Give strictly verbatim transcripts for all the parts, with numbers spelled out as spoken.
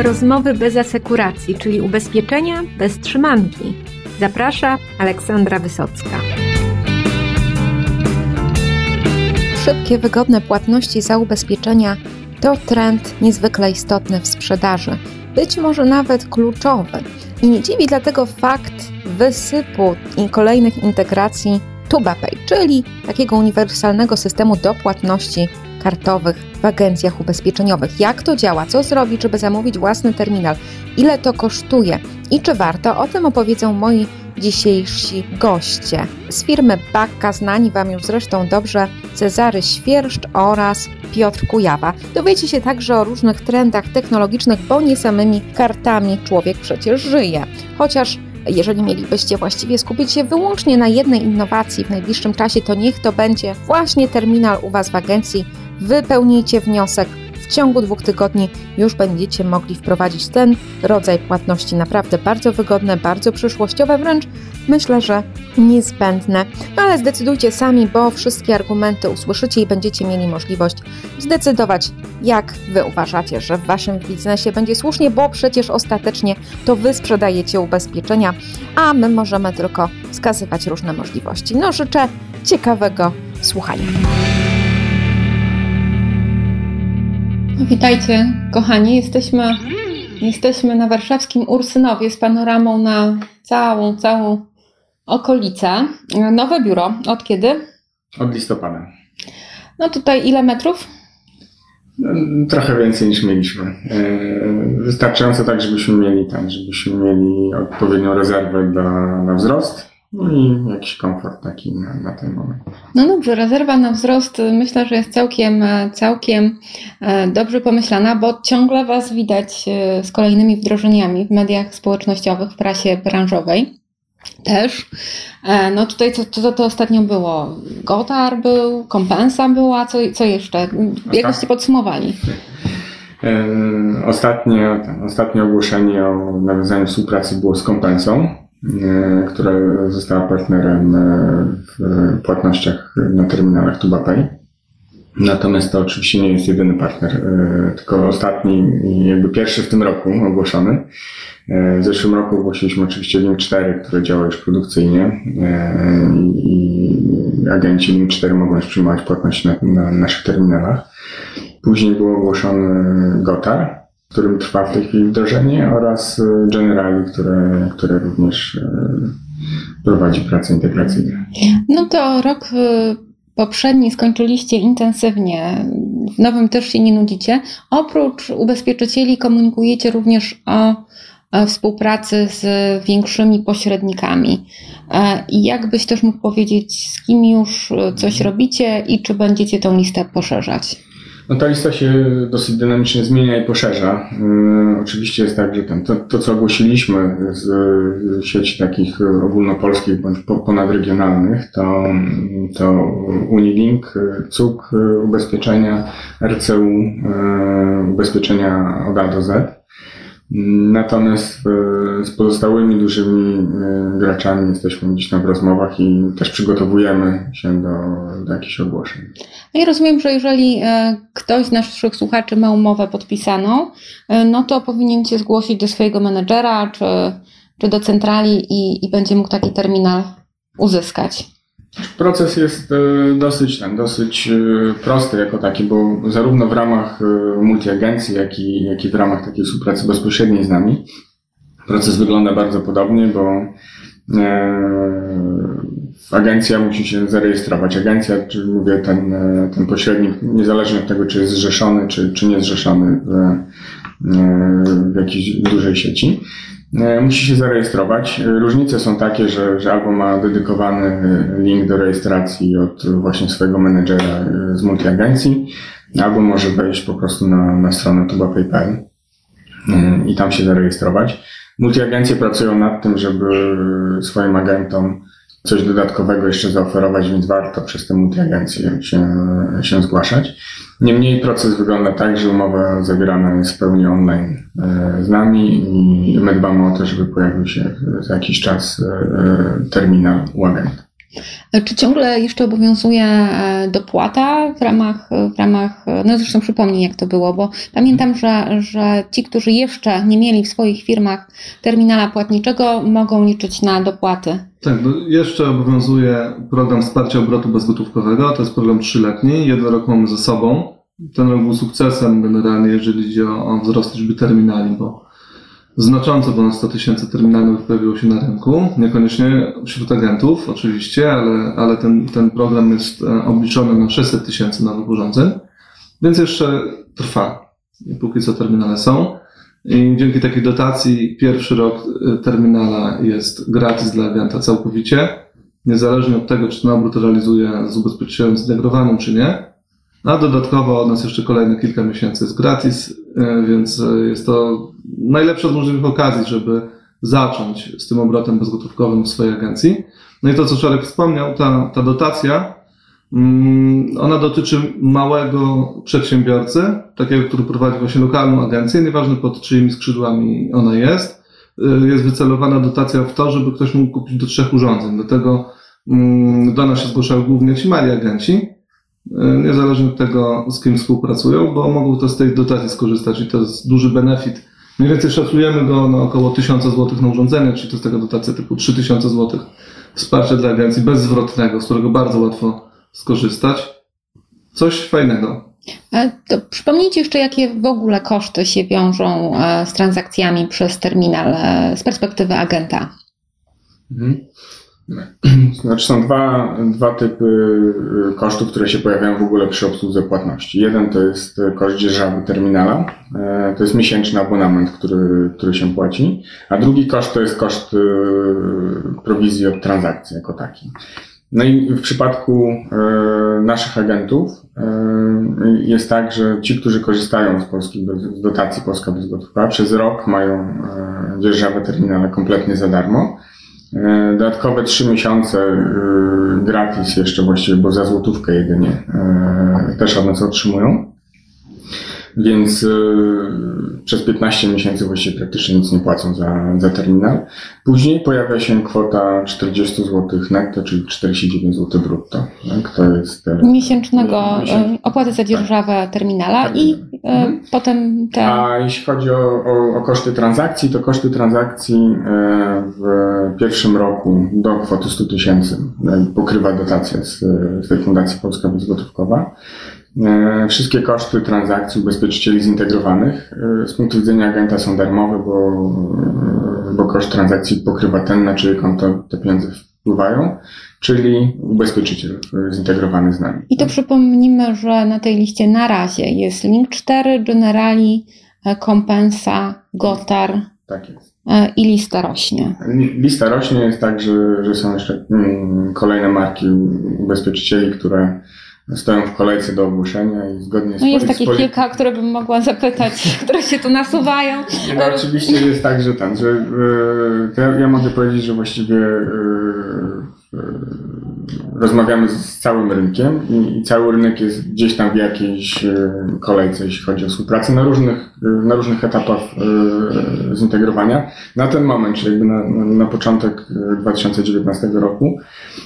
Rozmowy bez asekuracji, czyli ubezpieczenia bez trzymanki. Zaprasza Aleksandra Wysocka. Szybkie, wygodne płatności za ubezpieczenia to trend niezwykle istotny w sprzedaży, być może nawet kluczowy. I nie dziwi dlatego fakt wysypu i kolejnych integracji TubaPay, czyli takiego uniwersalnego systemu do płatności kartowych w agencjach ubezpieczeniowych. Jak to działa? Co zrobić, żeby zamówić własny terminal? Ile to kosztuje? I czy warto? O tym opowiedzą moi dzisiejsi goście. Z firmy Bakka, znani Wam już zresztą dobrze, Cezary Świerszcz oraz Piotr Kujawa. Dowiecie się także o różnych trendach technologicznych, bo nie samymi kartami człowiek przecież żyje. Chociaż jeżeli mielibyście właściwie skupić się wyłącznie na jednej innowacji w najbliższym czasie, to niech to będzie właśnie terminal u Was w agencji. Wypełnijcie wniosek. W ciągu dwóch tygodni już będziecie mogli wprowadzić ten rodzaj płatności. Naprawdę bardzo wygodne, bardzo przyszłościowe, wręcz myślę, że niezbędne. Ale zdecydujcie sami, bo wszystkie argumenty usłyszycie i będziecie mieli możliwość zdecydować, jak Wy uważacie, że w Waszym biznesie będzie słusznie, bo przecież ostatecznie to Wy sprzedajecie ubezpieczenia, a my możemy tylko wskazywać różne możliwości. No, życzę ciekawego słuchania. Witajcie, kochani. Jesteśmy, jesteśmy na warszawskim Ursynowie z panoramą na całą, całą okolicę. Nowe biuro. Od kiedy? Od listopada. No tutaj ile metrów? Trochę więcej niż mieliśmy. Wystarczająco tak, żebyśmy mieli tam, żebyśmy mieli odpowiednią rezerwę dla, na wzrost. No i jakiś komfort taki na, na ten moment. No dobrze, rezerwa na wzrost myślę, że jest całkiem, całkiem dobrze pomyślana, bo ciągle Was widać z kolejnymi wdrożeniami w mediach społecznościowych, w prasie branżowej też. No tutaj co, co to ostatnio było? Gotar był, Kompensa była, co, co jeszcze? Jakbyście podsumowali? Ostatnie, ostatnie ogłoszenie o nawiązaniu współpracy było z Kompensą, która została partnerem w płatnościach na terminalach TubaPay. Natomiast to oczywiście nie jest jedyny partner, tylko ostatni i jakby pierwszy w tym roku ogłoszony. W zeszłym roku ogłosiliśmy oczywiście Link cztery, które działa już produkcyjnie i agenci Link cztery mogą już przyjmować płatności na, na naszych terminalach. Później był ogłoszony Gotar, w którym trwa w tej chwili wdrożenie, oraz Generali, które, które również prowadzi pracę integracyjną. No to rok poprzedni skończyliście intensywnie, w nowym też się nie nudzicie. Oprócz ubezpieczycieli komunikujecie również o współpracy z większymi pośrednikami. I jakbyś też mógł powiedzieć, z kim już coś robicie i czy będziecie tą listę poszerzać? No ta lista się dosyć dynamicznie zmienia i poszerza. Yy, oczywiście jest tak, że ten, to, to co ogłosiliśmy z, z sieci takich ogólnopolskich bądź po, ponadregionalnych, to, to Unilink, C U K, ubezpieczenia, R C U, yy, ubezpieczenia od A do Z. Natomiast z pozostałymi dużymi graczami jesteśmy gdzieś tam w rozmowach i też przygotowujemy się do, do jakichś ogłoszeń. No i rozumiem, że jeżeli ktoś z naszych słuchaczy ma umowę podpisaną, no to powinien się zgłosić do swojego menedżera czy, czy do centrali i, i będzie mógł taki terminal uzyskać. Proces jest dosyć, ten, dosyć prosty jako taki, bo zarówno w ramach multiagencji, jak i, jak i w ramach takiej współpracy bezpośredniej z nami proces wygląda bardzo podobnie, bo agencja musi się zarejestrować. Agencja, czyli mówię, ten, ten pośrednik, niezależnie od tego, czy jest zrzeszony, czy, czy nie zrzeszony w, w jakiejś dużej sieci, musi się zarejestrować. Różnice są takie, że, że albo ma dedykowany link do rejestracji od właśnie swojego menedżera z multiagencji, albo może wejść po prostu na, na stronę tubapay kropka p l i tam się zarejestrować. Multiagencje pracują nad tym, żeby swoim agentom coś dodatkowego jeszcze zaoferować, więc warto przez te multiagencje się, się zgłaszać. Niemniej proces wygląda tak, że umowa zawierana jest w pełni online z nami i my dbamy o to, żeby pojawił się za jakiś czas terminal u agenta. Czy ciągle jeszcze obowiązuje dopłata w ramach, w ramach, no zresztą przypomnij jak to było, bo pamiętam, że, że ci, którzy jeszcze nie mieli w swoich firmach terminala płatniczego, mogą liczyć na dopłaty. Tak, no jeszcze obowiązuje program wsparcia obrotu bezgotówkowego, to jest program trzyletni, jeden rok mamy za sobą. Ten rok był sukcesem generalnie, jeżeli chodzi o, o wzrost liczby terminali, bo znacząco ponad sto tysięcy terminalów pojawiło się na rynku, niekoniecznie wśród agentów oczywiście, ale, ale ten, ten program jest obliczony na sześćset tysięcy nowych urządzeń, więc jeszcze trwa, póki co terminale są. I dzięki takiej dotacji pierwszy rok terminala jest gratis dla agenta całkowicie, niezależnie od tego, czy ten obrót realizuje z ubezpieczycielem zintegrowanym, czy nie. A dodatkowo od nas jeszcze kolejne kilka miesięcy jest gratis, więc jest to najlepsza z możliwych okazji, żeby zacząć z tym obrotem bezgotówkowym w swojej agencji. No i to, co Czarek wspomniał, ta, ta dotacja, ona dotyczy małego przedsiębiorcy, takiego, który prowadzi właśnie lokalną agencję, nieważne pod czyimi skrzydłami ona jest. Jest wycelowana dotacja w to, żeby ktoś mógł kupić do trzech urządzeń. Dlatego do nas się zgłaszają głównie ci mali agenci, niezależnie od tego, z kim współpracują, bo mogą to z tej dotacji skorzystać i to jest duży benefit. Mniej więcej szacujemy go na około tysiąc złotych na urządzenie, czyli to jest taka dotacja typu trzy tysiące złotych wsparcia dla agencji bezzwrotnego, z którego bardzo łatwo skorzystać. Coś fajnego. To przypomnijcie jeszcze, jakie w ogóle koszty się wiążą z transakcjami przez terminal z perspektywy agenta. Mhm. Znaczy są dwa, dwa typy kosztów, które się pojawiają w ogóle przy obsłudze płatności. Jeden to jest koszt dzierżawy terminala, to jest miesięczny abonament, który, który się płaci, a drugi koszt to jest koszt prowizji od transakcji jako taki. No i w przypadku naszych agentów jest tak, że ci, którzy korzystają z polskiej z dotacji Polska Bezgotówkowa, przez rok mają dzierżawę terminala kompletnie za darmo. Dodatkowe trzy miesiące gratis jeszcze właściwie, bo za złotówkę jedynie też od nas otrzymują. Więc przez piętnaście miesięcy właściwie praktycznie nic nie płacą za, za terminal. Później pojawia się kwota czterdzieści złotych netto, czyli czterdzieści dziewięć złotych brutto. Tak? To jest miesięcznego miesięczny. opłaty za dzierżawę tak. terminala tak. i mhm. potem te... A jeśli chodzi o, o, o koszty transakcji, to koszty transakcji w pierwszym roku do kwoty sto tysięcy pokrywa dotacja z, z tej Fundacji Polska Bezgotówkowa. Wszystkie koszty transakcji ubezpieczycieli zintegrowanych z punktu widzenia agenta są darmowe, bo, bo koszt transakcji pokrywa ten, na czyje konto te pieniądze wpływają, czyli ubezpieczyciel zintegrowany z nami. I to przypomnimy, że na tej liście na razie jest Link cztery, Generali, Compensa, Gotar. Tak jest. I lista rośnie. Lista rośnie, jest tak, że, że są jeszcze kolejne marki ubezpieczycieli, które stoją w kolejce do ogłoszenia i zgodnie z... No jest takich poli... kilka, które bym mogła zapytać, które się tu nasuwają. No, oczywiście jest tak, że ten, że yy, ja, ja mogę powiedzieć, że właściwie yy, yy, rozmawiamy z całym rynkiem i, i cały rynek jest gdzieś tam w jakiejś yy, kolejce, jeśli chodzi o współpracę na różnych, yy, na różnych etapach yy, zintegrowania. Na ten moment, czyli jakby na, na początek dwa tysiące dziewiętnastego roku,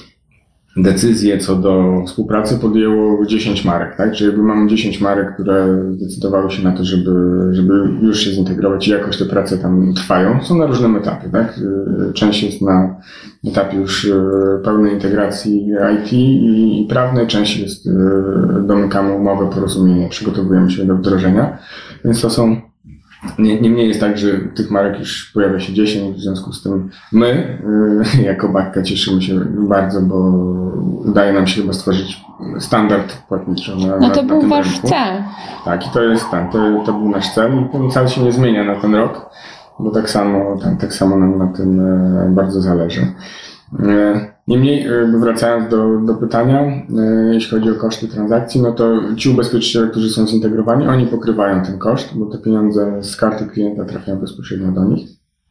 decyzje co do współpracy podjęło dziesięć marek, tak? Czyli jakby mamy dziesięć marek, które zdecydowały się na to, żeby, żeby już się zintegrować i jakoś te prace tam trwają. Są na różnym etapie, tak? Część jest na etapie już pełnej integracji I T i prawnej, część jest, domykamy umowę, porozumienie, przygotowujemy się do wdrożenia, więc to są Niemniej jest tak, że tych marek już pojawia się dziesięć, w związku z tym my jako Bakka cieszymy się bardzo, bo udaje nam się chyba stworzyć standard płatniczy. Na, no to na, był na wasz rynku. cel. Tak, i to jest tak, to, to był nasz cel i ten cel się nie zmienia na ten rok, bo tak samo, tam, tak samo nam na tym bardzo zależy. Niemniej, wracając do, do pytania, jeśli chodzi o koszty transakcji, no to ci ubezpieczyciele, którzy są zintegrowani, oni pokrywają ten koszt, bo te pieniądze z karty klienta trafiają bezpośrednio do nich.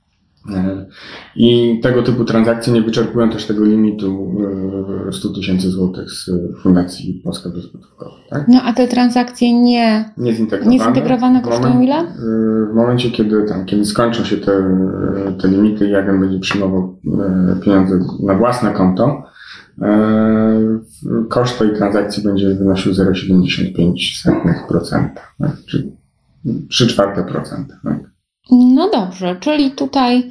I tego typu transakcje nie wyczerpują też tego limitu sto tysięcy złotych z Fundacji Polska Bezgotówkowa. Tak? No a te transakcje nie, niezintegrowane, niezintegrowane kosztują moment, ile? W momencie, kiedy, tam, kiedy skończą się te, te limity i agent będzie przyjmował pieniądze na własne konto, koszt tej transakcji będzie wynosił zero przecinek siedemdziesiąt pięć procent, tak? Czyli trzy czwarte procent. Tak? No dobrze, czyli tutaj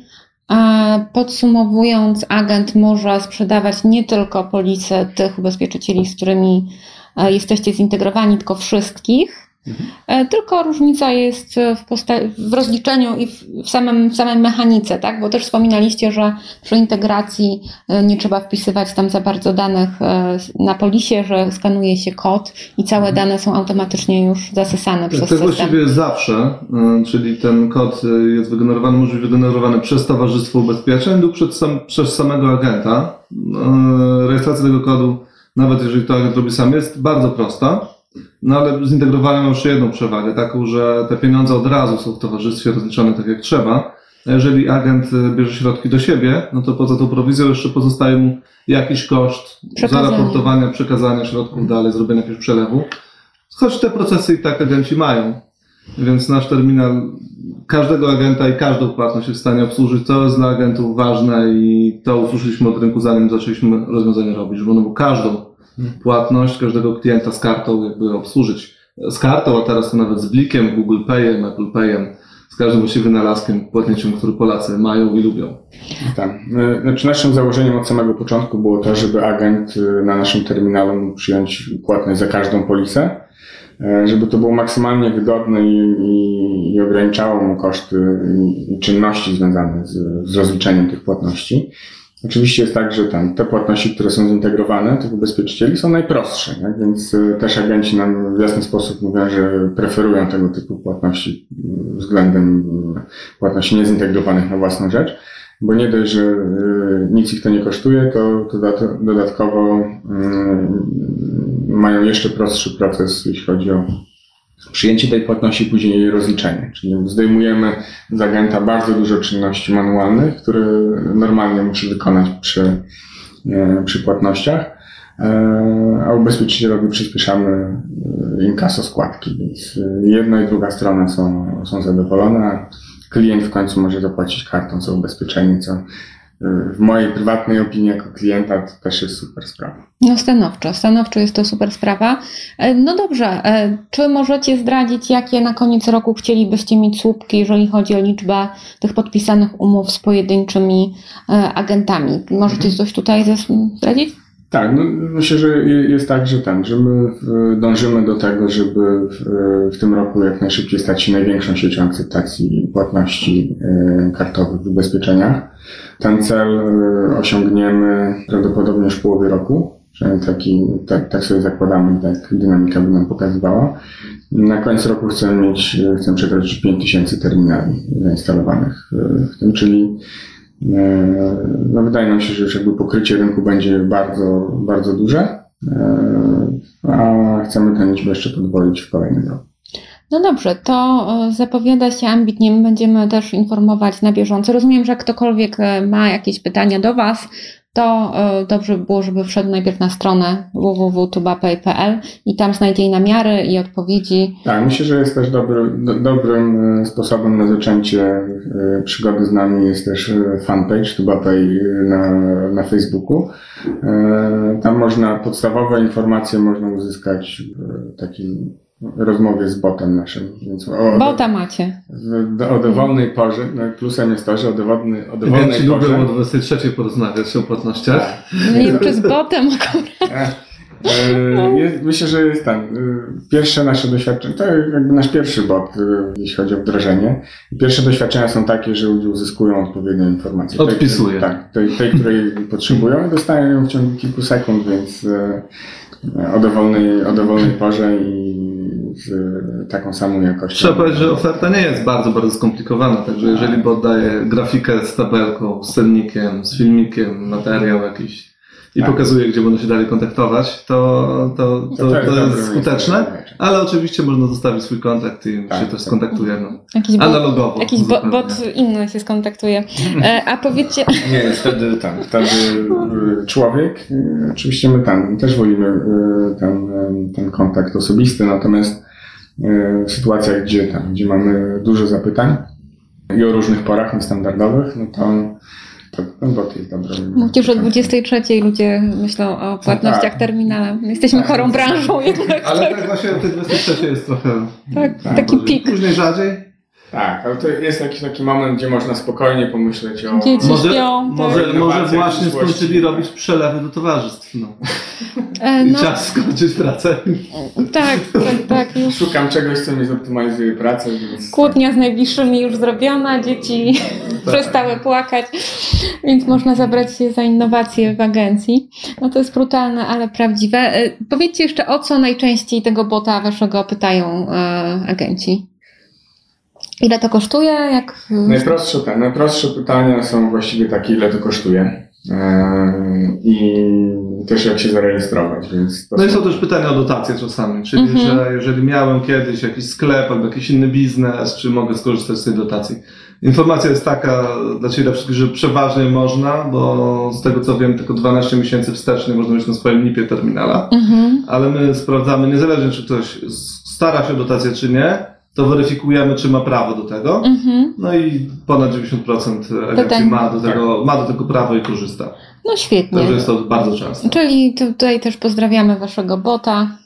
e, podsumowując, agent może sprzedawać nie tylko polisy tych ubezpieczycieli, z którymi e, jesteście zintegrowani, tylko wszystkich. Mhm. Tylko różnica jest w, posta- w rozliczeniu i w, w, samym, w samej mechanice, tak? Bo też wspominaliście, że przy integracji nie trzeba wpisywać tam za bardzo danych na polisie, że skanuje się kod i całe dane są automatycznie już zasysane tak, przez to system. To właściwie jest zawsze, czyli ten kod jest wygenerowany, może być wygenerowany przez Towarzystwo Ubezpieczeń lub przez, sam, przez samego agenta. Rejestracja tego kodu, nawet jeżeli to agent robi sam, jest bardzo prosta. No ale zintegrowanie ma już jedną przewagę, taką, że te pieniądze od razu są w towarzystwie rozliczone tak jak trzeba. A jeżeli agent bierze środki do siebie, no to poza tą prowizją jeszcze pozostaje mu jakiś koszt zaraportowania, przekazania środków dalej, zrobienia jakiegoś przelewu. Choć te procesy i tak agenci mają. Więc nasz terminal każdego agenta i każdą płatność jest w stanie obsłużyć, co jest dla agentów ważne i to usłyszeliśmy od rynku, zanim zaczęliśmy rozwiązanie robić, żeby no każdą płatność każdego klienta z kartą jakby obsłużyć. Z kartą, a teraz to nawet z Blikiem, Google Payem, Apple Payem, z każdym właściwie wynalazkiem płatniczym, który Polacy mają i lubią. Tak. Znaczy naszym założeniem od samego początku było to, żeby agent na naszym terminalu mógł przyjąć płatność za każdą polisę, żeby to było maksymalnie wygodne i, i, i ograniczało mu koszty i, i czynności związane z, z rozliczeniem tych płatności. Oczywiście jest tak, że tam te płatności, które są zintegrowane, tych ubezpieczycieli, są najprostsze, tak? Więc też agenci nam w jasny sposób mówią, że preferują tego typu płatności względem płatności niezintegrowanych na własną rzecz, bo nie dość, że nic ich to nie kosztuje, to dodatkowo mają jeszcze prostszy proces, jeśli chodzi o przyjęcie tej płatności, później jej rozliczenie. Czyli zdejmujemy z agenta bardzo dużo czynności manualnych, które normalnie musi wykonać przy, przy płatnościach, a ubezpieczycielowi przyspieszamy inkaso składki, więc jedna i druga strona są, są zadowolone, a klient w końcu może zapłacić kartą za ubezpieczenie, co w mojej prywatnej opinii jako klienta to też jest super sprawa. No stanowczo, stanowczo jest to super sprawa. No dobrze, czy możecie zdradzić, jakie na koniec roku chcielibyście mieć słupki, jeżeli chodzi o liczbę tych podpisanych umów z pojedynczymi agentami? Możecie coś tutaj zdradzić? Tak, no myślę, że jest tak, że ten, że my dążymy do tego, żeby w, w tym roku jak najszybciej stać się największą siecią akceptacji płatności kartowych w ubezpieczeniach. Ten cel osiągniemy prawdopodobnie już w połowie roku, przynajmniej taki, tak, tak sobie zakładamy, tak dynamika by nam pokazywała. Na końcu roku chcemy mieć, chcemy przekroczyć pięć tysięcy terminali zainstalowanych w tym, czyli no wydaje nam się, że już jakby pokrycie rynku będzie bardzo, bardzo duże, a chcemy tę liczbę jeszcze podwoić w kolejnym roku. No dobrze, to zapowiada się ambitnie, my będziemy też informować na bieżąco. Rozumiem, że jak ktokolwiek ma jakieś pytania do Was, to dobrze by było, żeby wszedł najpierw na stronę w w w kropka tubapay kropka p l i tam znajdzie i namiary, i odpowiedzi. Tak, myślę, że jest też dobry, do, dobrym sposobem na zaczęcie przygody z nami jest też fanpage Tubapay na, na Facebooku. Tam można podstawowe informacje można uzyskać w takim rozmowie z botem naszym. Więc o, Bota macie. W, o dowolnej porze, no plusem jest to, że o dowolnej, o dowolnej porze... lubią o dwudziestej trzeciej porozmawiać o płatnościach. Tak. Nie wiem, czy z botem akurat. Jest, myślę, że jest tam pierwsze nasze doświadczenie, to jakby nasz pierwszy bot, jeśli chodzi o wdrożenie. Pierwsze doświadczenia są takie, że ludzie uzyskują odpowiednią informację. Odpisuję. Tej, tak, tej, tej, której potrzebują i dostają ją w ciągu kilku sekund, więc o dowolnej, o dowolnej porze i z taką samą jakością. Trzeba powiedzieć, że oferta nie jest bardzo, bardzo skomplikowana, także jeżeli bot daje grafikę z tabelką, z cennikiem, z filmikiem, materiał jakiś i tak. pokazuje, gdzie będą się dalej kontaktować, to, to, to, to, to jest skuteczne, ale oczywiście można zostawić swój kontakt i tak, się też tak. skontaktujemy jakiś analogowo. Bot, jakiś bo, bot inny się skontaktuje. A powiedzcie... Nie, jest wtedy tam, wtedy człowiek, oczywiście my tam też wolimy ten, ten kontakt osobisty, natomiast w sytuacjach, gdzie tam, gdzie mamy dużo zapytań i o różnych porach niestandardowych, no to ten bot jest dobry. Mówisz, że o dwudziestej trzeciej ludzie myślą o płatnościach tak. terminala. Jesteśmy Tak. chorą branżą jednak. Ale tak, tak właśnie o tej dwudziestej trzeciej jest trochę... tak, tak, taki Później- pik. Później rzadziej. Tak, ale to jest jakiś taki moment, gdzie można spokojnie pomyśleć o... Dzieci Może, śpią. może, tak. może Innowacje, właśnie przyszłości. skończyli robić przelewy do towarzystw. No. E, I no, czas skończyć pracę. tak, tak, tak. Już Szukam czegoś, co mi zoptymalizuje pracę, więc... kłótnia z najbliższymi już zrobiona, dzieci przestały płakać, więc można zabrać się za innowacje w agencji. No to jest brutalne, ale prawdziwe. E, Powiedzcie jeszcze, o co najczęściej tego bota waszego pytają e, agenci? Ile to kosztuje? Jak... Najprostsze, te, najprostsze pytania są właściwie takie, ile to kosztuje yy, i też jak się zarejestrować, więc to No i są też pytania o dotacje czasami, czyli Mhm. że jeżeli miałem kiedyś jakiś sklep albo jakiś inny biznes, czy mogę skorzystać z tej dotacji. Informacja jest taka dla Ciebie, że przeważnie można, bo z tego co wiem tylko dwanaście miesięcy wstecznie można mieć na swoim nipie terminala, Mhm. ale my sprawdzamy niezależnie czy ktoś stara się o dotację czy nie, to weryfikujemy czy ma prawo do tego. Mhm. No i ponad dziewięćdziesiąt procent agencji Pytań. ma do tego, ma do tego prawo i korzysta. No świetnie. Także jest to bardzo często. Czyli tu- tutaj też pozdrawiamy waszego bota.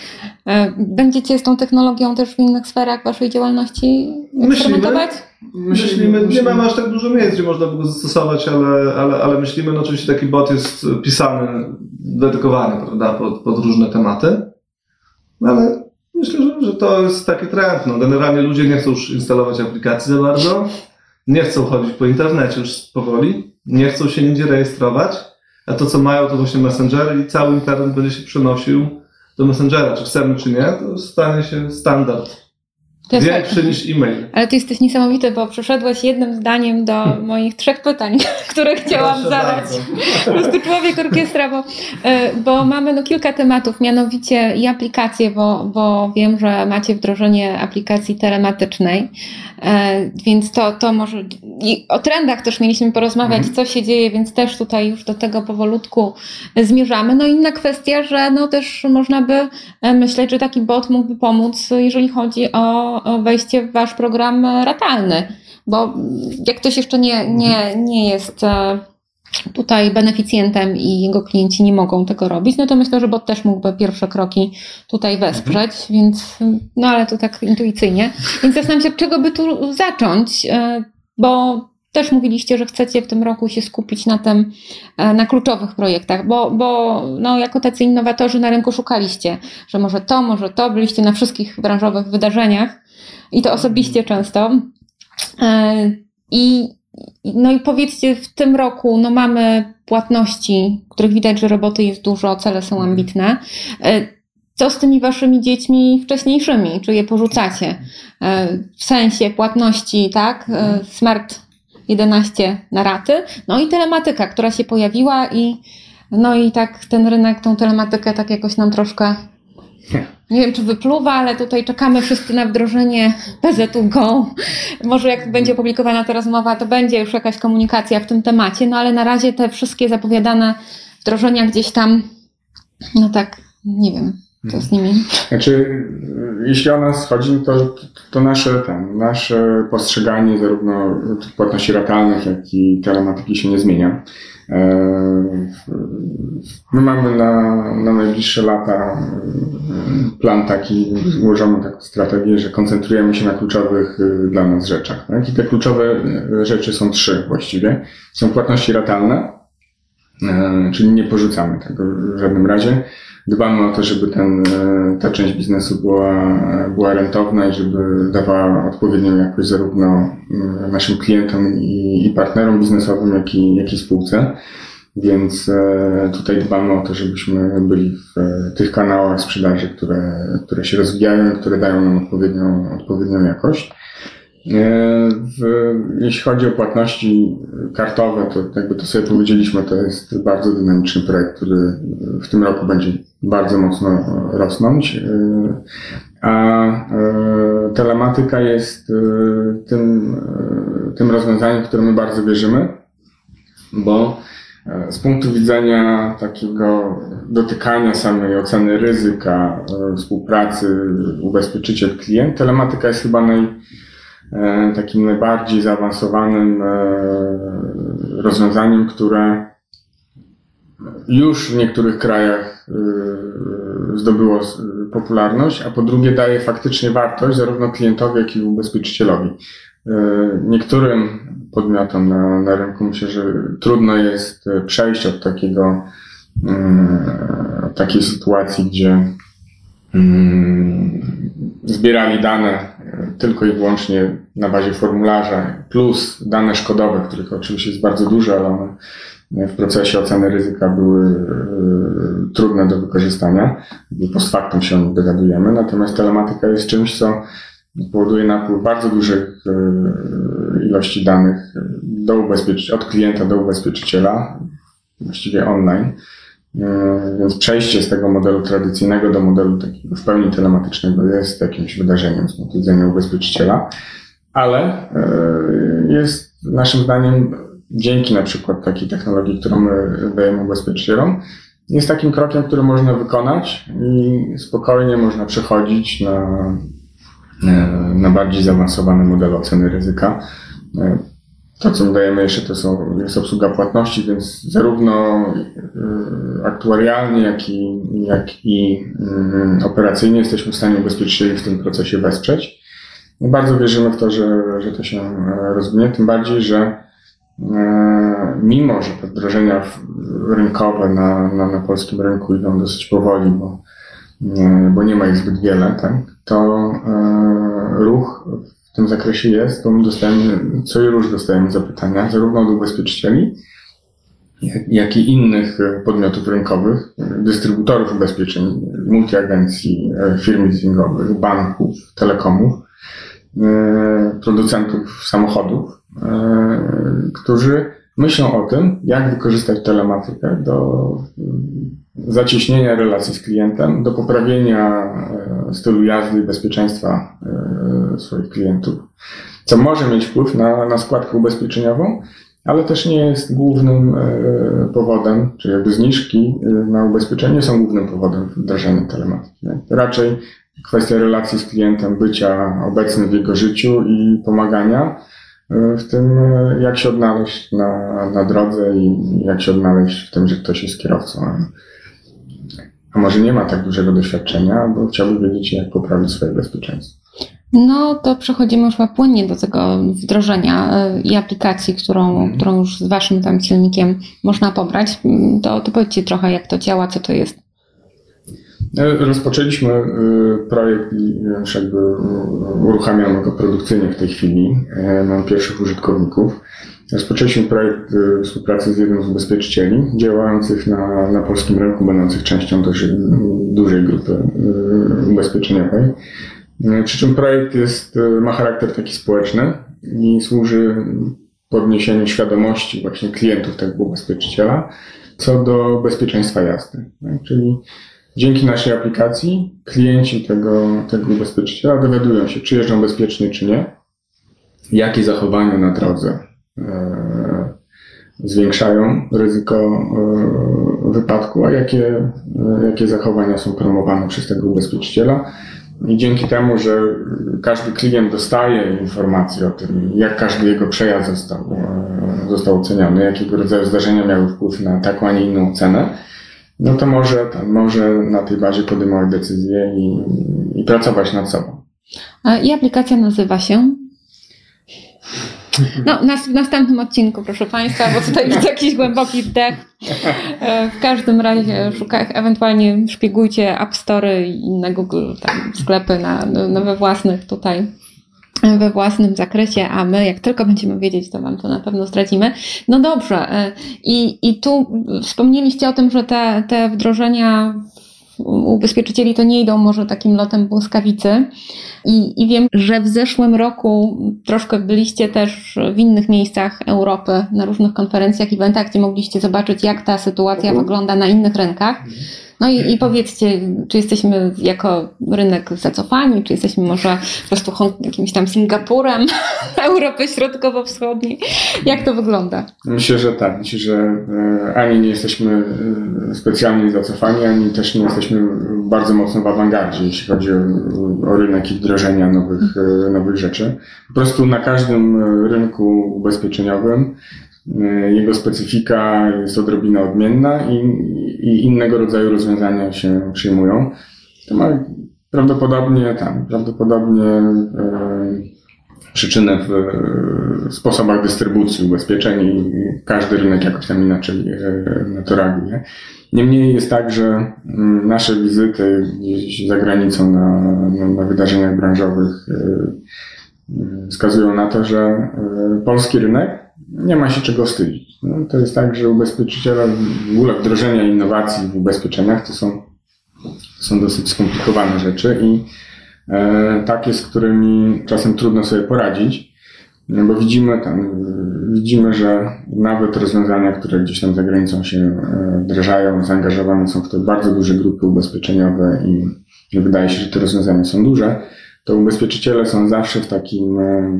E, Będziecie z tą technologią też w innych sferach waszej działalności Myślimy. eksperymentować? Myślimy, nie mamy aż tak dużo miejsc, gdzie można by go zastosować, ale, ale, ale myślimy, no oczywiście taki bot jest pisany, dedykowany, prawda, pod, pod różne tematy, ale myślę, że, że to jest taki trend. No, generalnie ludzie nie chcą już instalować aplikacji za bardzo, nie chcą chodzić po internecie już powoli, nie chcą się nigdzie rejestrować, a to co mają to właśnie Messenger i cały internet będzie się przenosił do Messengera, czy chcemy czy nie, to stanie się standard. To jest Większy niż e-mail. Ale ty jesteś niesamowity, bo przeszedłeś jednym zdaniem do moich trzech pytań, które chciałam Proszę zadać. bardzo. Po prostu człowiek orkiestra, bo, e, bo mamy no kilka tematów, mianowicie i aplikacje, bo, bo wiem, że macie wdrożenie aplikacji telematycznej, e, więc to, to może i o trendach też mieliśmy porozmawiać, Mhm. co się dzieje, więc też tutaj już do tego powolutku zmierzamy. No inna kwestia, że no też można by e, myśleć, że taki bot mógłby pomóc, jeżeli chodzi o, o wejście w wasz program ratalny, bo jak ktoś jeszcze nie, nie, nie jest e, tutaj beneficjentem i jego klienci nie mogą tego robić, no to myślę, że bot też mógłby pierwsze kroki tutaj wesprzeć, więc no ale to tak intuicyjnie. Więc zastanawiam się, od czego by tu zacząć, e, bo też mówiliście, że chcecie w tym roku się skupić na tym, e, na kluczowych projektach, bo, bo no, jako tacy innowatorzy na rynku szukaliście, że może to, może to, byliście na wszystkich branżowych wydarzeniach i to osobiście często. E, I no i powiedzcie, w tym roku no mamy płatności, których widać, że roboty jest dużo, cele są ambitne. E, Co z tymi waszymi dziećmi wcześniejszymi? Czy je porzucacie? E, W sensie płatności, tak? E, Smart jedenaście na raty. No i telematyka, która się pojawiła i no i tak ten rynek, tą telematykę tak jakoś nam troszkę, nie wiem czy wypluwa, ale tutaj czekamy wszyscy na wdrożenie P Z U Go. Może jak będzie opublikowana ta rozmowa, to będzie już jakaś komunikacja w tym temacie, no ale na razie te wszystkie zapowiadane wdrożenia gdzieś tam, no tak, nie wiem, co z nimi. Znaczy, jeśli o nas chodzi, to, to nasze, ten, nasze postrzeganie zarówno płatności ratalnych, jak i telematyki się nie zmienia. My mamy na, na najbliższe lata plan taki, ułożoną taką strategię, że koncentrujemy się na kluczowych dla nas rzeczach. Tak? I te kluczowe rzeczy są trzy właściwie. Są płatności ratalne, czyli nie porzucamy tego w żadnym razie. Dbamy o to, żeby ten, ta część biznesu była, była rentowna i żeby dawała odpowiednią jakość zarówno naszym klientom i, i partnerom biznesowym, jak i, jak i spółce. Więc tutaj dbamy o to, żebyśmy byli w tych kanałach sprzedaży, które, które się rozwijają, które dają nam odpowiednią, odpowiednią jakość. W, jeśli chodzi o płatności kartowe, to jakby to sobie powiedzieliśmy, to jest bardzo dynamiczny projekt, który w tym roku będzie bardzo mocno rosnąć, a telematyka jest tym, tym rozwiązaniem, w które my bardzo wierzymy, bo z punktu widzenia takiego dotykania samej oceny ryzyka, współpracy ubezpieczyciel-klient, telematyka jest chyba naj takim najbardziej zaawansowanym rozwiązaniem, które już w niektórych krajach zdobyło popularność, a po drugie daje faktycznie wartość zarówno klientowi, jak i ubezpieczycielowi. Niektórym podmiotom na, na rynku myślę, że trudno jest przejść od takiego, takiej sytuacji, gdzie zbierali dane tylko i wyłącznie na bazie formularza, plus dane szkodowe, których oczywiście jest bardzo dużo, ale one w procesie oceny ryzyka były trudne do wykorzystania. Post factum się o nich dowiadujemy. Natomiast telematyka jest czymś, co powoduje napływ bardzo dużych ilości danych do ubezpieczy- od klienta do ubezpieczyciela, właściwie online. Więc przejście z tego modelu tradycyjnego do modelu takiego w pełni telematycznego jest jakimś wydarzeniem z punktu widzenia ubezpieczyciela, ale jest naszym zdaniem dzięki na przykład takiej technologii, którą my dajemy ubezpieczycielom, jest takim krokiem, który można wykonać i spokojnie można przechodzić na, na bardziej zaawansowane modele oceny ryzyka. To, co my dajemy jeszcze, to są, jest obsługa płatności, więc zarówno aktuarialnie, jak i, jak i operacyjnie jesteśmy w stanie ubezpieczycieli w tym procesie wesprzeć. I bardzo wierzymy w to, że, że to się rozwinie, tym bardziej, że mimo, że te wdrożenia rynkowe na, na, na polskim rynku idą dosyć powoli, bo, bo nie ma ich zbyt wiele, tak, to ruch w tym zakresie jest, bo my dostajemy, co i róż dostajemy zapytania, zarówno od ubezpieczycieli, jak, jak i innych podmiotów rynkowych, dystrybutorów ubezpieczeń, multiagencji, firm leasingowych, banków, telekomów, producentów samochodów, którzy myślą o tym, jak wykorzystać telematykę do zacieśnienia relacji z klientem, do poprawienia stylu jazdy i bezpieczeństwa swoich klientów, co może mieć wpływ na, na składkę ubezpieczeniową, ale też nie jest głównym powodem, czy jakby zniżki na ubezpieczenie są głównym powodem wdrażania telematyki. Raczej kwestia relacji z klientem, bycia obecnym w jego życiu i pomagania w tym, jak się odnaleźć na, na drodze i jak się odnaleźć w tym, że ktoś jest kierowcą. A może nie ma tak dużego doświadczenia, bo chciałby wiedzieć, jak poprawić swoje bezpieczeństwo. No to przechodzimy już płynnie do tego wdrożenia i aplikacji, którą, mm. którą już z waszym tam silnikiem można pobrać. To, to powiedzcie trochę, jak to działa, co to jest. Rozpoczęliśmy projekt i już jakby uruchamiamy go produkcyjnie w tej chwili. Mamy pierwszych użytkowników. Rozpoczęliśmy projekt współpracy z jednym z ubezpieczycieli działających na, na polskim rynku, będących częścią dość dużej grupy ubezpieczeniowej. Przy czym projekt jest, ma charakter taki społeczny i służy podniesieniu świadomości właśnie klientów tego ubezpieczyciela co do bezpieczeństwa jazdy. Czyli dzięki naszej aplikacji klienci tego, tego ubezpieczyciela dowiadują się, czy jeżdżą bezpiecznie, czy nie, jakie zachowania na drodze e, zwiększają ryzyko e, wypadku, a jakie, e, jakie zachowania są promowane przez tego ubezpieczyciela. I dzięki temu, że każdy klient dostaje informacje o tym, jak każdy jego przejazd został, e, został oceniony, jakiego rodzaju zdarzenia miały wpływ na taką, a nie inną cenę, no to może, może na tej bazie podejmować decyzje i, i pracować nad sobą. I aplikacja nazywa się? No, na, w następnym odcinku, proszę Państwa, bo tutaj jest jakiś głęboki wdech. W każdym razie szukaj, ewentualnie szpiegujcie App Store i inne Google tam sklepy na, na we własnych tutaj we własnym zakresie, a my jak tylko będziemy wiedzieć, to Wam to na pewno zdradzimy. No dobrze. I, i tu wspomnieliście o tym, że te, te wdrożenia ubezpieczycieli to nie idą może takim lotem błyskawicy. I, I wiem, że w zeszłym roku troszkę byliście też w innych miejscach Europy, na różnych konferencjach, eventach, gdzie mogliście zobaczyć, jak ta sytuacja wygląda na innych rynkach. No i, i powiedzcie, czy jesteśmy jako rynek zacofani, czy jesteśmy może po prostu jakimś tam Singapurem Europy Środkowo-Wschodniej? Jak to wygląda? Myślę, że tak. Myślę, że ani nie jesteśmy specjalnie zacofani, ani też nie jesteśmy bardzo mocno w awangardzie, jeśli chodzi o, o rynek i wdrożenia nowych, nowych rzeczy. Po prostu na każdym rynku ubezpieczeniowym jego specyfika jest odrobinę odmienna i, i innego rodzaju rozwiązania się przyjmują. To ma prawdopodobnie tam, prawdopodobnie e, przyczynę w e, sposobach dystrybucji ubezpieczeń i każdy rynek jakoś tam inaczej e, na to reaguje. Niemniej jest tak, że m, nasze wizyty gdzieś za granicą na, na, na wydarzeniach branżowych e, wskazują na to, że e, polski rynek nie ma się czego wstydzić. No, to jest tak, że ubezpieczyciele, w ogóle wdrożenia innowacji w ubezpieczeniach to są, to są dosyć skomplikowane rzeczy i e, takie, z którymi czasem trudno sobie poradzić, no, bo widzimy tam, widzimy, że nawet rozwiązania, które gdzieś tam za granicą się e, wdrażają, zaangażowane są w to bardzo duże grupy ubezpieczeniowe i, i wydaje się, że te rozwiązania są duże, to ubezpieczyciele są zawsze w takim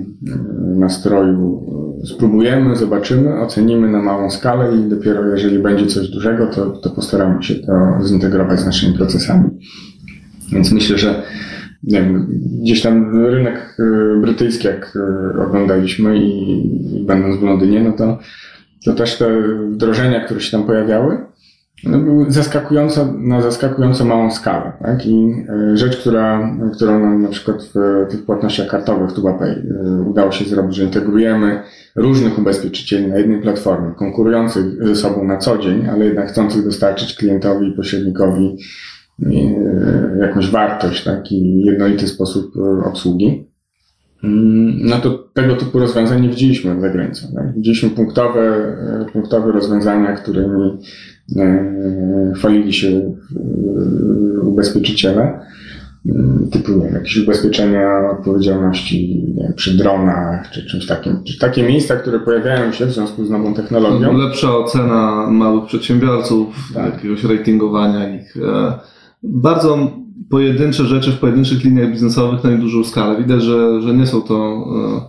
nastroju spróbujemy, zobaczymy, ocenimy na małą skalę i dopiero jeżeli będzie coś dużego, to, to postaramy się to zintegrować z naszymi procesami. Więc myślę, że nie wiem, gdzieś tam rynek brytyjski, jak oglądaliśmy i, i będąc w Londynie, no to, to też te wdrożenia, które się tam pojawiały, no, były zaskakująco, na zaskakująco małą skalę, tak? I rzecz, która, którą nam na przykład w tych płatnościach kartowych w TubaPay udało się zrobić, że integrujemy różnych ubezpieczycieli na jednej platformie, konkurujących ze sobą na co dzień, ale jednak chcących dostarczyć klientowi i pośrednikowi jakąś wartość, tak? I jednolity sposób obsługi. No to tego typu rozwiązań nie widzieliśmy za granicą. Tak? Widzieliśmy punktowe, punktowe rozwiązania, którymi chwalili się ubezpieczyciele, typu nie wiem, jakieś ubezpieczenia odpowiedzialności nie wiem, przy dronach, czy czymś takim. Czy takie miejsca, które pojawiają się w związku z nową technologią. Lepsza ocena małych przedsiębiorców, tak. Jakiegoś ratingowania ich. Bardzo pojedyncze rzeczy w pojedynczych liniach biznesowych na niedużą skalę. Widać, że, że nie są to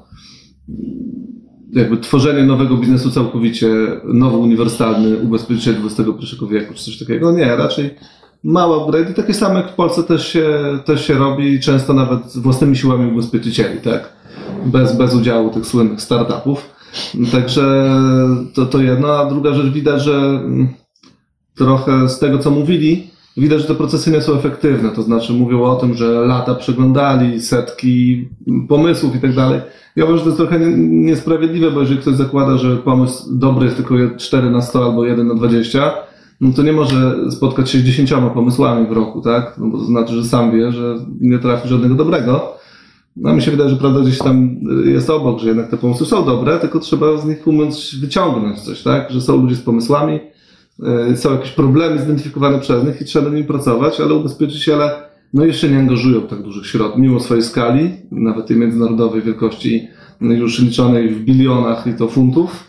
jakby tworzenie nowego biznesu całkowicie nowy, uniwersalny ubezpieczyciel dwudziestego pierwszego wieku, czy coś takiego. Nie, raczej małe upgrade i takie same jak w Polsce też się, też się robi, często nawet własnymi siłami ubezpieczycieli, tak? Bez, bez udziału tych słynnych startupów. Także to, to jedno, a druga rzecz widać, że trochę z tego, co mówili, widać, że te procesy nie są efektywne, to znaczy mówią o tym, że lata przeglądali, setki pomysłów i tak dalej. Ja uważam, że to jest trochę niesprawiedliwe, bo jeżeli ktoś zakłada, że pomysł dobry jest tylko cztery na sto albo jeden na dwadzieścia, no to nie może spotkać się z dziesięcioma pomysłami w roku, tak? No bo to znaczy, że sam wie, że nie trafi żadnego dobrego. No mi się wydaje, że prawda gdzieś tam jest obok, że jednak te pomysły są dobre, tylko trzeba z nich umieć wyciągnąć coś, tak? Że są ludzie z pomysłami, są jakieś problemy zidentyfikowane przez nich i trzeba nad nimi pracować, ale ubezpieczyciele no jeszcze nie angażują tak dużych środków, mimo swojej skali, nawet tej międzynarodowej wielkości już liczonej w bilionach i to funtów,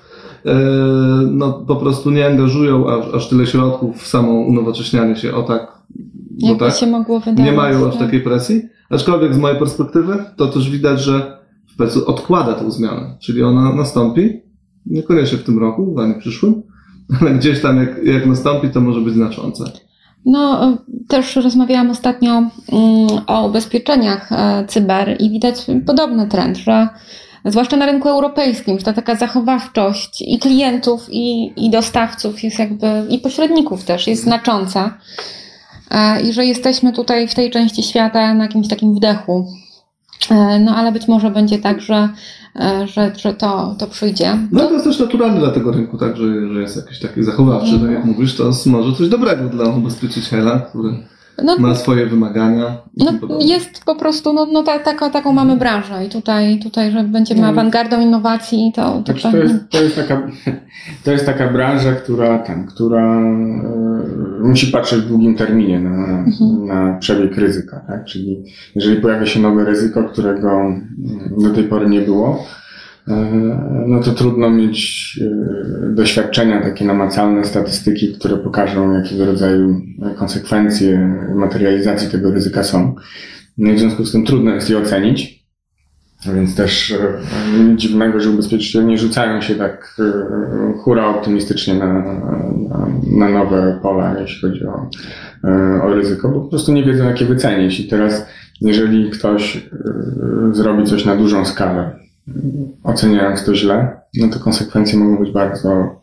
no po prostu nie angażują aż, aż tyle środków w samo unowocześnianie się, o tak, Jakby tak się mogło wydawać, nie mają aż tak? takiej presji, aczkolwiek z mojej perspektywy to też widać, że w końcu odkłada tę zmianę, czyli ona nastąpi, niekoniecznie w tym roku, a nie przyszłym, ale gdzieś tam jak, jak nastąpi, to może być znaczące. No, też rozmawiałam ostatnio um, o ubezpieczeniach e, cyber i widać podobny trend, że zwłaszcza na rynku europejskim, że ta taka zachowawczość i klientów, i, i dostawców jest jakby, i pośredników też jest znacząca. E, I że jesteśmy tutaj w tej części świata na jakimś takim wdechu. E, no ale być może będzie tak, że Że, że to, to przyjdzie. No to jest też naturalne dla tego rynku, tak, że, że jest jakiś taki zachowawczy, tak jak mówisz, to jest może coś dobrego dla ubezpieczyciela, który no, ma swoje wymagania. No, jest po prostu, no, no ta, taka, taką mamy branżę i tutaj, tutaj że będziemy no, awangardą innowacji, to, to, to, to, jest, to, jest taka, to jest taka branża, która, tam, która e, musi patrzeć w długim terminie na, mhm. na przebieg ryzyka, tak? Czyli jeżeli pojawia się nowe ryzyko, którego do tej pory nie było, no to trudno mieć doświadczenia, takie namacalne statystyki, które pokażą, jakiego rodzaju konsekwencje materializacji tego ryzyka są. No i w związku z tym trudno jest je ocenić, więc też nic dziwnego, że ubezpieczyciele nie rzucają się tak hura optymistycznie na, na, na nowe pola, jeśli chodzi o, o ryzyko, bo po prostu nie wiedzą, jakie wycenić. I teraz, jeżeli ktoś zrobi coś na dużą skalę, oceniając to źle, no to konsekwencje mogą być bardzo,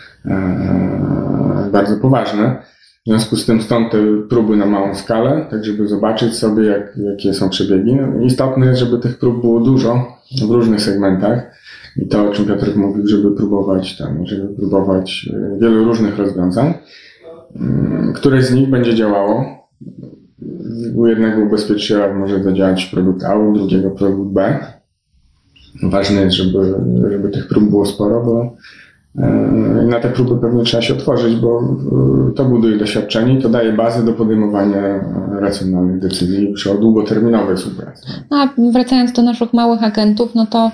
bardzo poważne. W związku z tym stąd te próby na małą skalę, tak żeby zobaczyć sobie, jak, jakie są przebiegi. No, istotne jest, żeby tych prób było dużo w różnych segmentach i to, o czym Piotrek mówił, żeby próbować tam, żeby próbować wielu różnych rozwiązań. Któreś z nich będzie działało. U jednego ubezpieczyciela może zadziałać produkt A, u drugiego produkt B. Ważne jest, żeby, żeby tych prób było sporo, bo na te próby pewnie trzeba się otworzyć, bo to buduje doświadczenie i to daje bazę do podejmowania racjonalnych decyzji już o długoterminowej współpracy. A wracając do naszych małych agentów, no to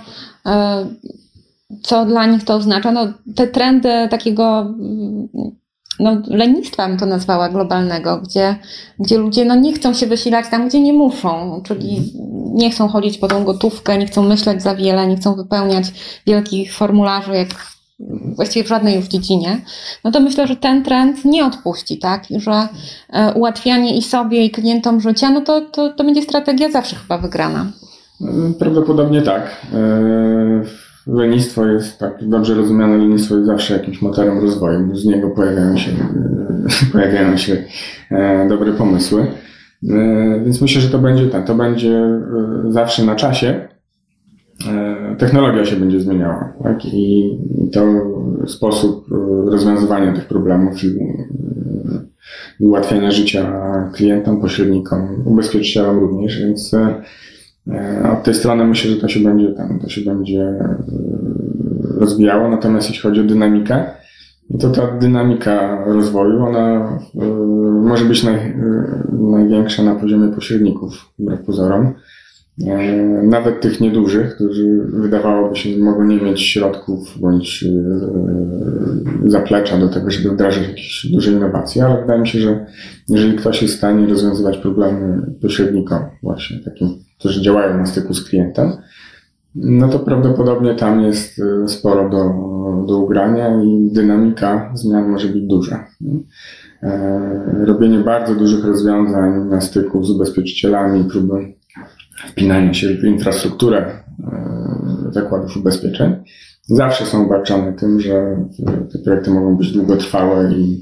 co dla nich to oznacza? No, te trendy takiego no, lenistwa, bym to nazwała, globalnego, gdzie, gdzie ludzie no, nie chcą się wysilać tam, gdzie nie muszą, czyli nie chcą chodzić po tą gotówkę, nie chcą myśleć za wiele, nie chcą wypełniać wielkich formularzy, jak właściwie w żadnej już dziedzinie, no to myślę, że ten trend nie odpuści, tak? I że ułatwianie i sobie, i klientom życia, no to, to, to będzie strategia zawsze chyba wygrana. Prawdopodobnie tak. Lenistwo jest, tak dobrze rozumiane, lenistwo jest zawsze jakimś motorem rozwoju, bo z niego pojawiają się, pojawiają się dobre pomysły. Więc myślę, że to będzie tak, to będzie zawsze na czasie. Technologia się będzie zmieniała, tak? I to sposób rozwiązywania tych problemów i ułatwiania życia klientom, pośrednikom, ubezpieczycielom również, więc od tej strony myślę, że to się będzie tam, to się będzie rozwijało. Natomiast jeśli chodzi o dynamikę, to ta dynamika rozwoju, ona może być naj, największa na poziomie pośredników, wbrew pozorom. Nawet tych niedużych, którzy wydawałoby się mogą nie mieć środków bądź zaplecza do tego, żeby wdrażać jakieś duże innowacje, ale wydaje mi się, że jeżeli ktoś jest w stanie rozwiązywać problemy pośrednikom właśnie takim, którzy działają na styku z klientem, no to prawdopodobnie tam jest sporo do, do ugrania i dynamika zmian może być duża. Robienie bardzo dużych rozwiązań na styku z ubezpieczycielami, próby wpinania się w infrastrukturę zakładów ubezpieczeń zawsze są obarczone tym, że te projekty mogą być długotrwałe i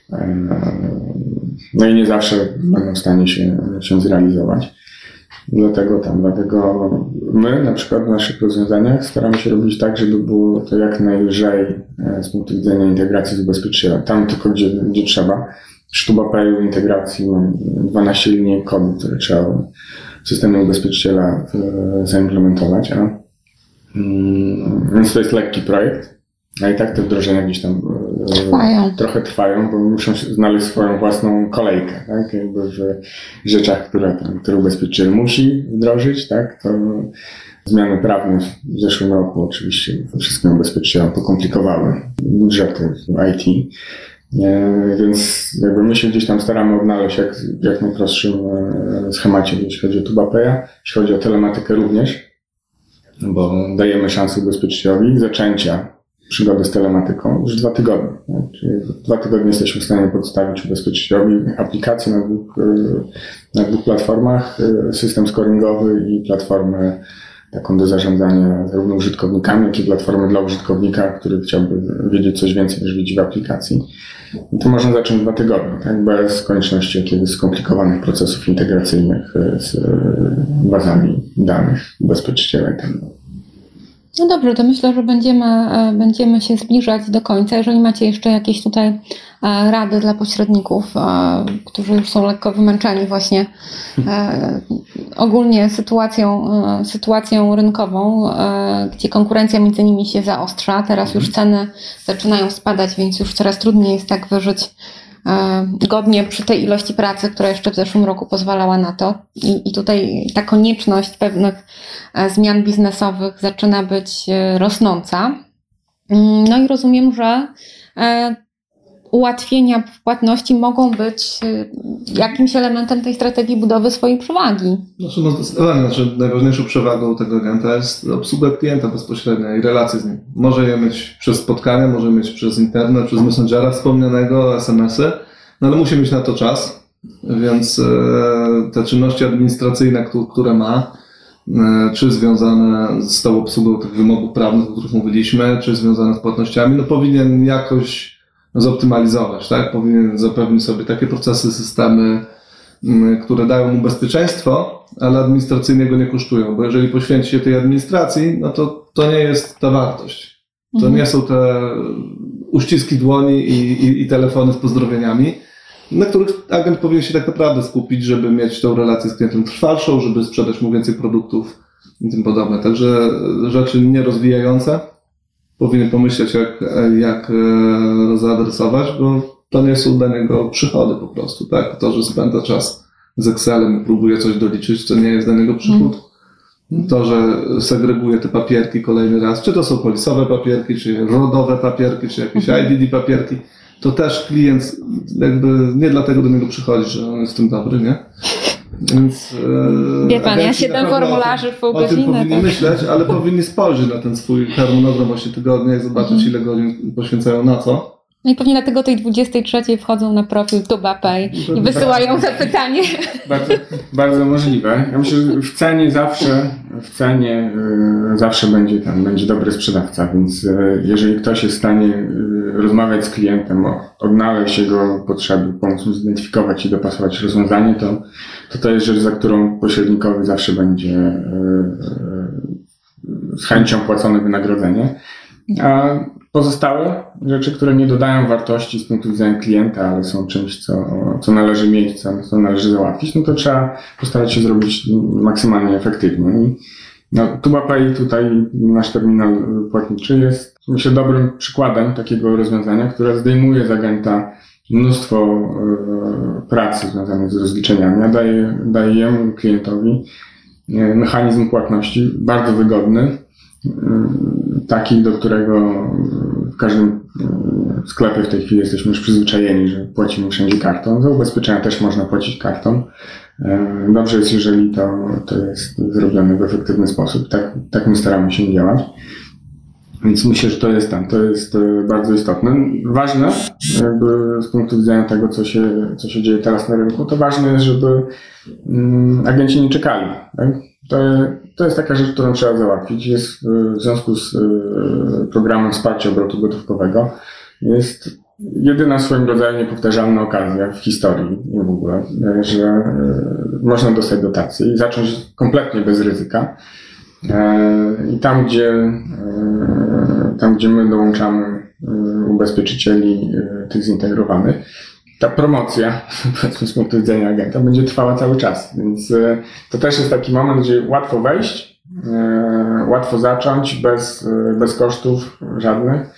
no i nie zawsze będą w stanie się, się zrealizować. Dlatego tam, dlatego my na przykład w naszych rozwiązaniach staramy się robić tak, żeby było to jak najlżej z punktu widzenia integracji z ubezpieczycielem. Tam tylko gdzie, gdzie trzeba. W TubaPayu integracji mam dwanaście linii kodu, które trzeba w systemie ubezpieczyciela zaimplementować. A, więc to jest lekki projekt, a i tak te wdrożenia gdzieś tam trwają. trochę trwają, bo muszą znaleźć swoją własną kolejkę, tak? Jakby w rzeczach, które, które ubezpieczyciel musi wdrożyć, tak? To zmiany prawne w zeszłym roku oczywiście wszystkim ubezpieczycielom pokomplikowały budżety w I T. Więc jakby my się gdzieś tam staramy odnaleźć jak, w jak najprostszym schemacie, jeśli chodzi o TubaPaya, jeśli chodzi o telematykę również, bo dajemy szansę ubezpieczycielowi zaczęcia przygody z telematyką już dwa tygodnie. Tak? Czyli w dwa tygodnie jesteśmy w stanie podstawić ubezpieczycielowi aplikację na dwóch, na dwóch platformach, system scoringowy i platformę taką do zarządzania zarówno użytkownikami, jak i platformę dla użytkownika, który chciałby wiedzieć coś więcej niż widzi w aplikacji. I to można zacząć w dwa tygodnie, tak? Bez konieczności jakichś skomplikowanych procesów integracyjnych z bazami danych ubezpieczyciela. No dobrze, to myślę, że będziemy, będziemy się zbliżać do końca. Jeżeli macie jeszcze jakieś tutaj rady dla pośredników, którzy już są lekko wymęczeni właśnie ogólnie sytuacją, sytuacją rynkową, gdzie konkurencja między nimi się zaostrza, teraz już ceny zaczynają spadać, więc już coraz trudniej jest tak wyżyć godnie przy tej ilości pracy, która jeszcze w zeszłym roku pozwalała na to. I, i tutaj ta konieczność pewnych zmian biznesowych zaczyna być rosnąca. No i rozumiem, że ułatwienia w płatności mogą być jakimś elementem tej strategii budowy swojej przewagi. Znaczy, no zdecydowanie, znaczy najważniejszą przewagą tego agenta jest obsługa klienta bezpośrednia i relacje z nim. Może je mieć przez spotkania, może mieć przez internet, przez Messengera wspomnianego, es em esy, no ale musi mieć na to czas, więc e, te czynności administracyjne, które ma, e, czy związane z tą obsługą tych wymogów prawnych, o których mówiliśmy, czy związane z płatnościami, no powinien jakoś zoptymalizować, tak? Powinien zapewnić sobie takie procesy, systemy, które dają mu bezpieczeństwo, ale administracyjnie go nie kosztują, bo jeżeli poświęci się tej administracji, no to to nie jest ta wartość. To mhm. nie są te uściski dłoni i, i, i telefony z pozdrowieniami, na których agent powinien się tak naprawdę skupić, żeby mieć tą relację z klientem trwalszą, żeby sprzedać mu więcej produktów i tym podobne. Także rzeczy nierozwijające powinien pomyśleć, jak, jak zaadresować, bo to nie są dla niego przychody po prostu, tak? To, że spędza czas z Excelem i próbuje coś doliczyć, to nie jest dla niego przychód. To, że segreguje te papierki kolejny raz, czy to są polisowe papierki, czy rodowe papierki, czy jakieś I D D papierki, to też klient jakby nie dlatego do niego przychodzi, że on jest w tym dobry, nie? Więc, Wie pan, ja siedem formularzy w pół godziny. O tym powinni tak. myśleć, ale powinni spojrzeć na ten swój harmonogram właśnie tygodnia i zobaczyć, mhm. ile godzin poświęcają na co. No i pewnie dlatego tej dwudziestej trzeciej wchodzą na profil TubaPay i wysyłają zapytanie. Bardzo, bardzo możliwe. Ja myślę, że w cenie zawsze, w cenie y, zawsze będzie tam, będzie dobry sprzedawca, więc y, jeżeli ktoś jest w stanie y, rozmawiać z klientem, odnaleźć jego potrzeby, pomóc mu zidentyfikować i dopasować rozwiązanie, to, to to jest rzecz, za którą pośrednikowi zawsze będzie y, y, z chęcią płacone wynagrodzenie. A pozostałe rzeczy, które nie dodają wartości z punktu widzenia klienta, ale są czymś, co, co należy mieć, co, co należy załatwić, no to trzeba postarać się zrobić maksymalnie efektywnie. I no, TubaPay, tutaj nasz terminal płatniczy jest, myślę, dobrym przykładem takiego rozwiązania, które zdejmuje z agenta mnóstwo e, pracy związanej z rozliczeniami, a daje, daje jemu, klientowi, e, mechanizm płatności bardzo wygodny, taki, do którego w każdym sklepie w tej chwili jesteśmy już przyzwyczajeni, że płacimy wszędzie kartą. Za ubezpieczenia też można płacić kartą. Dobrze jest, jeżeli to, to jest zrobione w efektywny sposób. Tak, tak my staramy się działać. Więc myślę, że to jest tam, to jest bardzo istotne. Ważne, jakby z punktu widzenia tego, co się, co się dzieje teraz na rynku, to ważne jest, żeby agenci nie czekali. Tak? To, to jest taka rzecz, którą trzeba załatwić. Jest w związku z programem wsparcia obrotu gotówkowego. Jest jedyna w swoim rodzaju niepowtarzalna okazja w historii w ogóle, że można dostać dotację i zacząć kompletnie bez ryzyka. I tam, gdzie, tam, gdzie my dołączamy ubezpieczycieli tych zintegrowanych, ta promocja, powiedzmy z punktu widzenia agenta, będzie trwała cały czas. Więc to też jest taki moment, gdzie łatwo wejść, łatwo zacząć, bez, bez kosztów żadnych.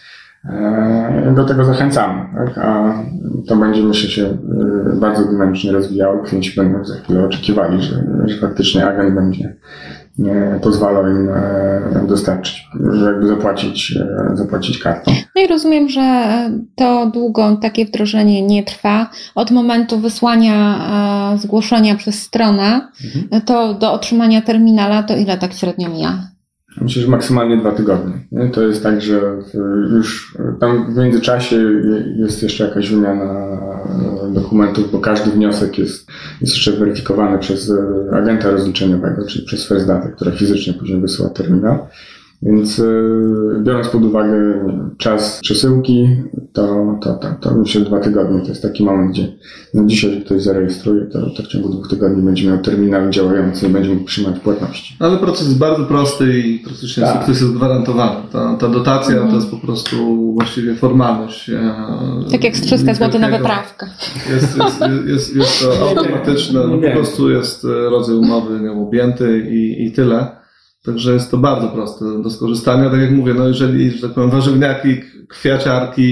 Do tego zachęcamy, tak? A to będzie, myślę, się bardzo dynamicznie rozwijało. Klienci będą za chwilę oczekiwali, że, że faktycznie agent będzie pozwalał im dostarczyć, jakby zapłacić, zapłacić kartą. No i rozumiem, że to długo takie wdrożenie nie trwa. Od momentu wysłania zgłoszenia przez stronę, mhm. to do otrzymania terminala, to ile tak średnio mija? Myślę, że maksymalnie dwa tygodnie. To jest tak, że już tam w międzyczasie jest jeszcze jakaś wymiana dokumentów, bo każdy wniosek jest, jest jeszcze weryfikowany przez agenta rozliczeniowego, czyli przez First Data, która fizycznie później wysyła terminal. Więc biorąc pod uwagę czas przesyłki, to, to, to, to myślę dwa tygodnie. To jest taki moment, gdzie no dzisiaj ktoś zarejestruje, to, to w ciągu dwóch tygodni będzie miał terminal działający i będzie mógł przyjmować płatności. Ale proces jest bardzo prosty i praktycznie tak. Sukces jest gwarantowany. Ta, ta dotacja mhm. to jest po prostu właściwie formalność. Tak jak z trzysta złotych na wyprawkę. Jest, jest, jest, jest to automatyczne, no, po prostu jest rodzaj umowy nią objęty i, i tyle. Także jest to bardzo proste do skorzystania. Tak jak mówię, no jeżeli, że tak powiem, warzywniaki, kwiaciarki,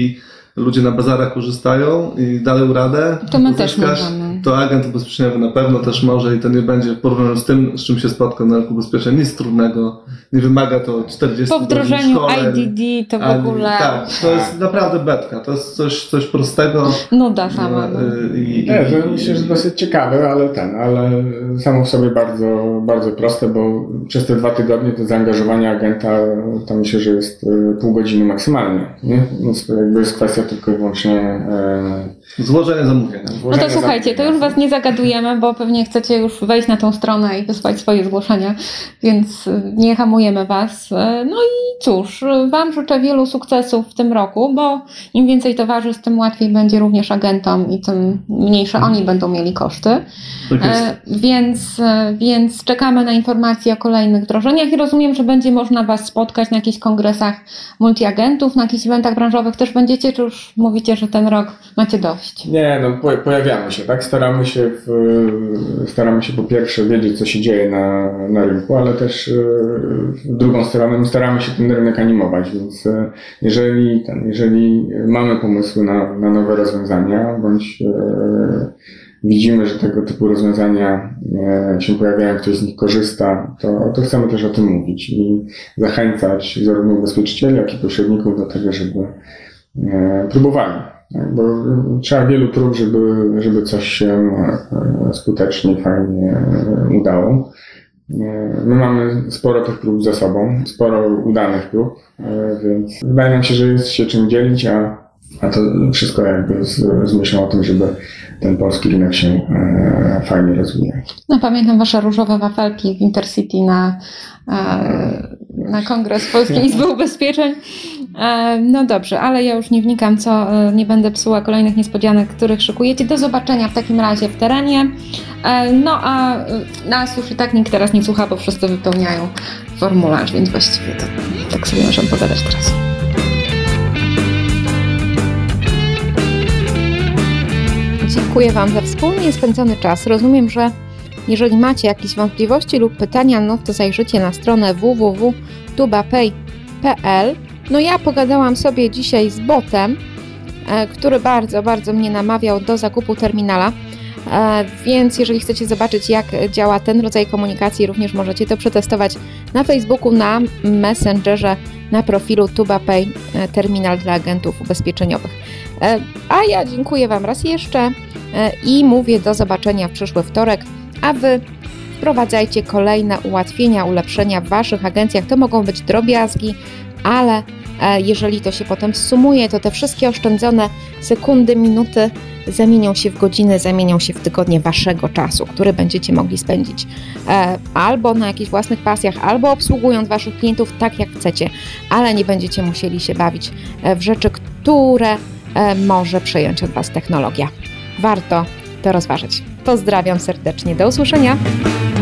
ludzie na bazarach korzystają i dają radę. To my też uzyskać, możemy. To agent ubezpieczeniowy na pewno też może i to nie będzie w porównaniu z tym, z czym się spotka na rynku ubezpieczeń, nic trudnego. Nie wymaga to czterdziestu Po wdrożeniu szkoleń, I D D to w ani- ogóle Tak, to jest naprawdę betka. To jest coś, coś prostego. nuda sama. No. I, i, Nie, to myślę, że dosyć ciekawe, ale ten, ale samo w sobie bardzo, bardzo proste, bo przez te dwa tygodnie to zaangażowanie agenta, to myślę, że jest y, pół godziny maksymalnie, nie? Więc to jakby jest kwestia tylko i wyłącznie e, Złożenie zamówienia. No włożenia to słuchajcie, to już Was nie zagadujemy, bo pewnie chcecie już wejść na tą stronę i wysłać swoje zgłoszenia, więc nie hamujemy Was. No i cóż, Wam życzę wielu sukcesów w tym roku, bo im więcej towarzystw, tym łatwiej będzie również agentom i tym mniejsze oni będą mieli koszty. Tak jest. E, więc, e, więc czekamy na informacje o kolejnych wdrożeniach i rozumiem, że będzie można Was spotkać na jakichś kongresach multiagentów, na jakichś eventach branżowych też będziecie, czy już mówicie, że ten rok macie dość? Nie, no po- pojawiamy się, tak? Staramy się, w, staramy się po pierwsze wiedzieć, co się dzieje na, na rynku, ale też e, w drugą stronę staramy się ten rynek animować, więc e, jeżeli, ten, jeżeli mamy pomysły na, na nowe rozwiązania, bądź e, widzimy, że tego typu rozwiązania e, się pojawiają, ktoś z nich korzysta, to, to chcemy też o tym mówić i zachęcać zarówno ubezpieczycieli, jak i pośredników do tego, żeby e, próbowali. Tak, bo trzeba wielu prób, żeby, żeby coś się e, skutecznie, fajnie e, udało. E, My mamy sporo tych prób za sobą, sporo udanych prób, e, więc wydaje nam się, że jest się czym dzielić, a, a to wszystko jakby z, z myślą o tym, żeby ten polski rynek się e, fajnie rozwijał. No pamiętam Wasze różowe wafelki w Intercity na, e, na Kongres Polskiej Izby Ubezpieczeń. E, no dobrze, ale ja już nie wnikam, co, e, nie będę psuła kolejnych niespodzianek, których szykujecie. Do zobaczenia w takim razie w terenie. E, no a e, nas już i tak nikt teraz nie słucha, bo wszyscy wypełniają formularz, więc właściwie to tak sobie możemy pogadać teraz. Dziękuję Wam za wspólnie spędzony czas. Rozumiem, że jeżeli macie jakieś wątpliwości lub pytania, no to zajrzyjcie na stronę w w w kropka tubapay kropka p l. No ja pogadałam sobie dzisiaj z botem, e, który bardzo, bardzo mnie namawiał do zakupu terminala, e, więc jeżeli chcecie zobaczyć, jak działa ten rodzaj komunikacji, również możecie to przetestować na Facebooku, na Messengerze, na profilu TubaPay, e, terminal dla agentów ubezpieczeniowych. E, a ja dziękuję Wam raz jeszcze e, i mówię do zobaczenia w przyszły wtorek, a Wy wprowadzajcie kolejne ułatwienia, ulepszenia w Waszych agencjach. To mogą być drobiazgi, ale e, jeżeli to się potem sumuje, to te wszystkie oszczędzone sekundy, minuty zamienią się w godziny, zamienią się w tygodnie Waszego czasu, który będziecie mogli spędzić e, albo na jakichś własnych pasjach, albo obsługując Waszych klientów tak jak chcecie, ale nie będziecie musieli się bawić e, w rzeczy, które e, może przejąć od Was technologia. Warto to rozważyć. Pozdrawiam serdecznie, do usłyszenia!